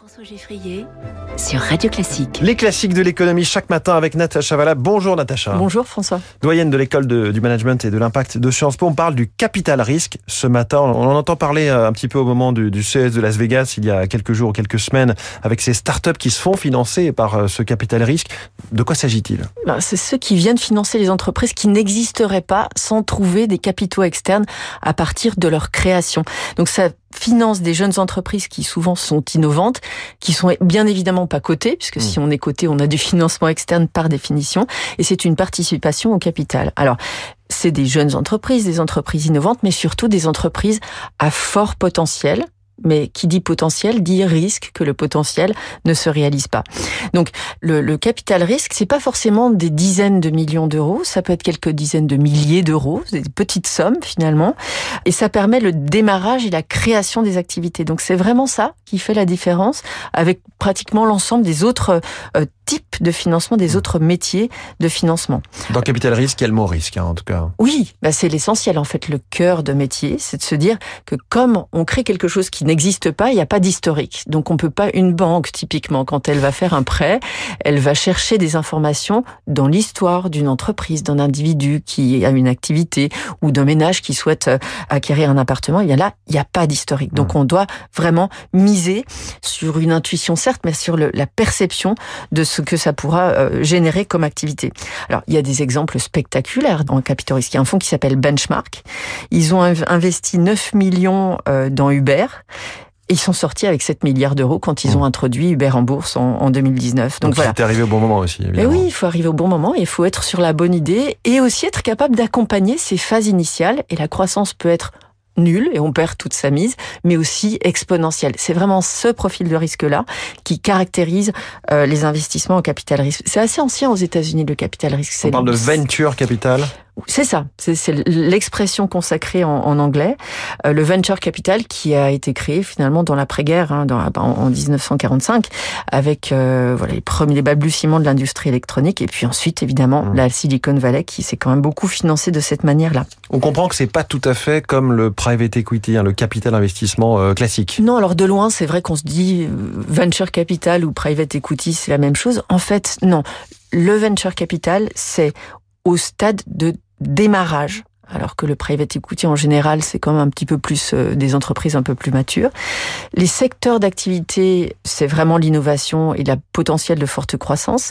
François Geffrier sur Radio Classique. Les classiques de l'économie chaque matin avec Natacha Valla. Bonjour Natacha. Bonjour François. Doyenne de l'école du management et de l'impact de Sciences Po. On parle du capital risque ce matin. On en entend parler un petit peu au moment du CES de Las Vegas il y a quelques jours ou quelques semaines avec ces startups qui se font financer par ce capital risque. De quoi s'agit-il ? C'est ceux qui viennent financer les entreprises qui n'existeraient pas sans trouver des capitaux externes à partir de leur création. Donc ça finance des jeunes entreprises qui souvent sont innovantes, qui sont bien évidemment pas cotées, puisque si on est coté, on a du financement externe par définition, et c'est une participation au capital. Alors, c'est des jeunes entreprises, des entreprises innovantes, mais surtout des entreprises à fort potentiel. Mais qui dit potentiel dit risque que le potentiel ne se réalise pas. Donc le capital risque, c'est pas forcément des dizaines de millions d'euros, ça peut être quelques dizaines de milliers d'euros, des petites sommes finalement, et ça permet le démarrage et la création des activités. Donc c'est vraiment ça qui fait la différence avec pratiquement l'ensemble des autres types de financement, des autres métiers de financement. Dans capital risque, il y a le mot risque en tout cas. Oui, c'est l'essentiel en fait, le cœur de métier, c'est de se dire que comme on crée quelque chose qui n'existe pas, il n'y a pas d'historique. Donc on peut pas, une banque typiquement, quand elle va faire un prêt, elle va chercher des informations dans l'histoire d'une entreprise, d'un individu qui a une activité ou d'un ménage qui souhaite acquérir un appartement. Et bien là, il n'y a pas d'historique. Donc on doit vraiment miser sur une intuition certes, mais sur la perception de ce que ça pourra générer comme activité. Alors il y a des exemples spectaculaires dans le capital risque. Il y a un fonds qui s'appelle Benchmark. Ils ont investi 9 millions dans Uber. Et ils sont sortis avec 7 milliards d'euros quand ils ont introduit Uber en bourse en 2019. Donc voilà. C'était arrivé au bon moment aussi, évidemment. Mais oui, il faut arriver au bon moment, il faut être sur la bonne idée et aussi être capable d'accompagner ces phases initiales. Et la croissance peut être nulle et on perd toute sa mise, mais aussi exponentielle. C'est vraiment ce profil de risque-là qui caractérise les investissements en capital risque. C'est assez ancien aux États-Unis, le capital risque. On parle de venture capital ? C'est ça, c'est l'expression consacrée en anglais. Le venture capital qui a été créé finalement dans l'après-guerre, en 1945, avec les balbutiements de l'industrie électronique, et puis ensuite évidemment la Silicon Valley qui s'est quand même beaucoup financée de cette manière-là. On comprend que c'est pas tout à fait comme le private equity, le capital investissement classique. Non, alors de loin, c'est vrai qu'on se dit venture capital ou private equity, c'est la même chose. En fait, non. Le venture capital, c'est au stade de démarrage, alors que le private equity en général, c'est quand même un petit peu plus des entreprises un peu plus matures. Les secteurs d'activité, c'est vraiment l'innovation et la potentiel de forte croissance.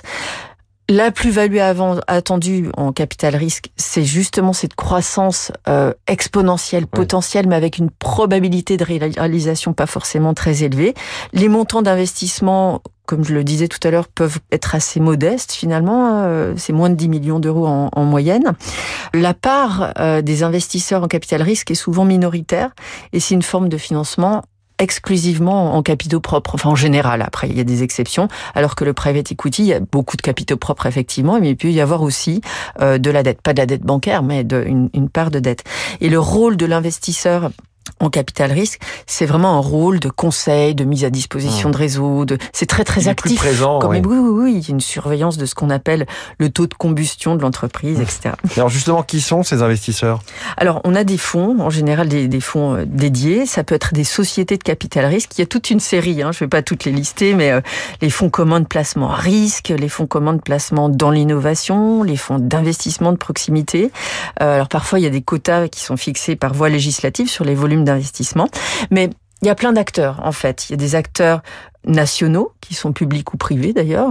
La plus-value attendue en capital risque, c'est justement cette croissance exponentielle, potentielle, mais avec une probabilité de réalisation pas forcément très élevée. Les montants d'investissement, comme je le disais tout à l'heure, peuvent être assez modestes finalement. C'est moins de 10 millions d'euros en moyenne. La part des investisseurs en capital risque est souvent minoritaire et c'est une forme de financement exclusivement en capitaux propres, en général. Après, il y a des exceptions, alors que le private equity, il y a beaucoup de capitaux propres effectivement, mais il peut y avoir aussi de la dette, pas de la dette bancaire, mais une part de dette. Et le rôle de l'investisseur en capital risque, c'est vraiment un rôle de conseil, de mise à disposition de réseau, c'est très très actif. Plus présent, oui, il y a une surveillance de ce qu'on appelle le taux de combustion de l'entreprise, etc. Alors justement, qui sont ces investisseurs ? Alors, on a des fonds, en général des fonds dédiés, ça peut être des sociétés de capital risque, il y a toute une série, je ne vais pas toutes les lister, mais les fonds communs de placement à risque, les fonds communs de placement dans l'innovation, les fonds d'investissement de proximité. Alors parfois, il y a des quotas qui sont fixés par voie législative sur les volumes d'investissement, mais il y a plein d'acteurs en fait. Il y a des acteurs nationaux qui sont publics ou privés d'ailleurs.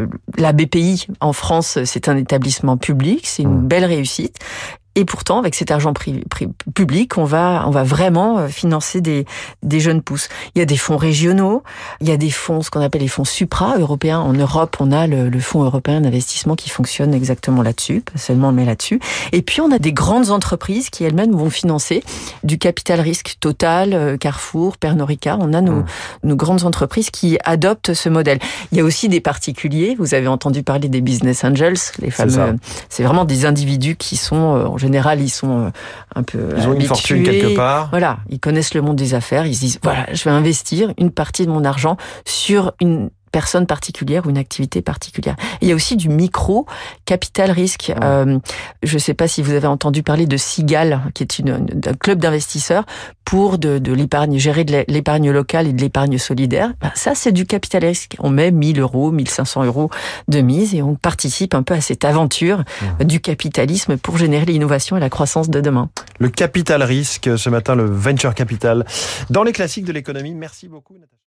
La BPI en France, c'est un établissement public, c'est une belle réussite. Et pourtant, avec cet argent public, on va vraiment financer des jeunes pousses. Il y a des fonds régionaux, il y a des fonds, ce qu'on appelle les fonds supra-européens. En Europe, on a le Fonds européen d'investissement qui fonctionne exactement là-dessus, pas seulement on le met là-dessus. Et puis, on a des grandes entreprises qui elles-mêmes vont financer du capital risque. Total, Carrefour, Pernod Ricard. On a nos grandes entreprises qui adoptent ce modèle. Il y a aussi des particuliers. Vous avez entendu parler des business angels, les fameux. C'est vraiment des individus qui sont en général, ils sont un peu Ils ont habitués. Une fortune quelque part. Voilà, ils connaissent le monde des affaires. Ils se disent, voilà, je vais investir une partie de mon argent sur une personne particulière ou une activité particulière. Il y a aussi du micro capital risque. Je ne sais pas si vous avez entendu parler de Sigal, qui est un club d'investisseurs pour de l'épargne, gérer de l'épargne locale et de l'épargne solidaire. Ça, c'est du capital risque. On met 1 000 €, 1 500 € de mise et on participe un peu à cette aventure du capitalisme pour générer l'innovation et la croissance de demain. Le capital risque, ce matin, le venture capital, dans les classiques de l'économie. Merci beaucoup, Natacha.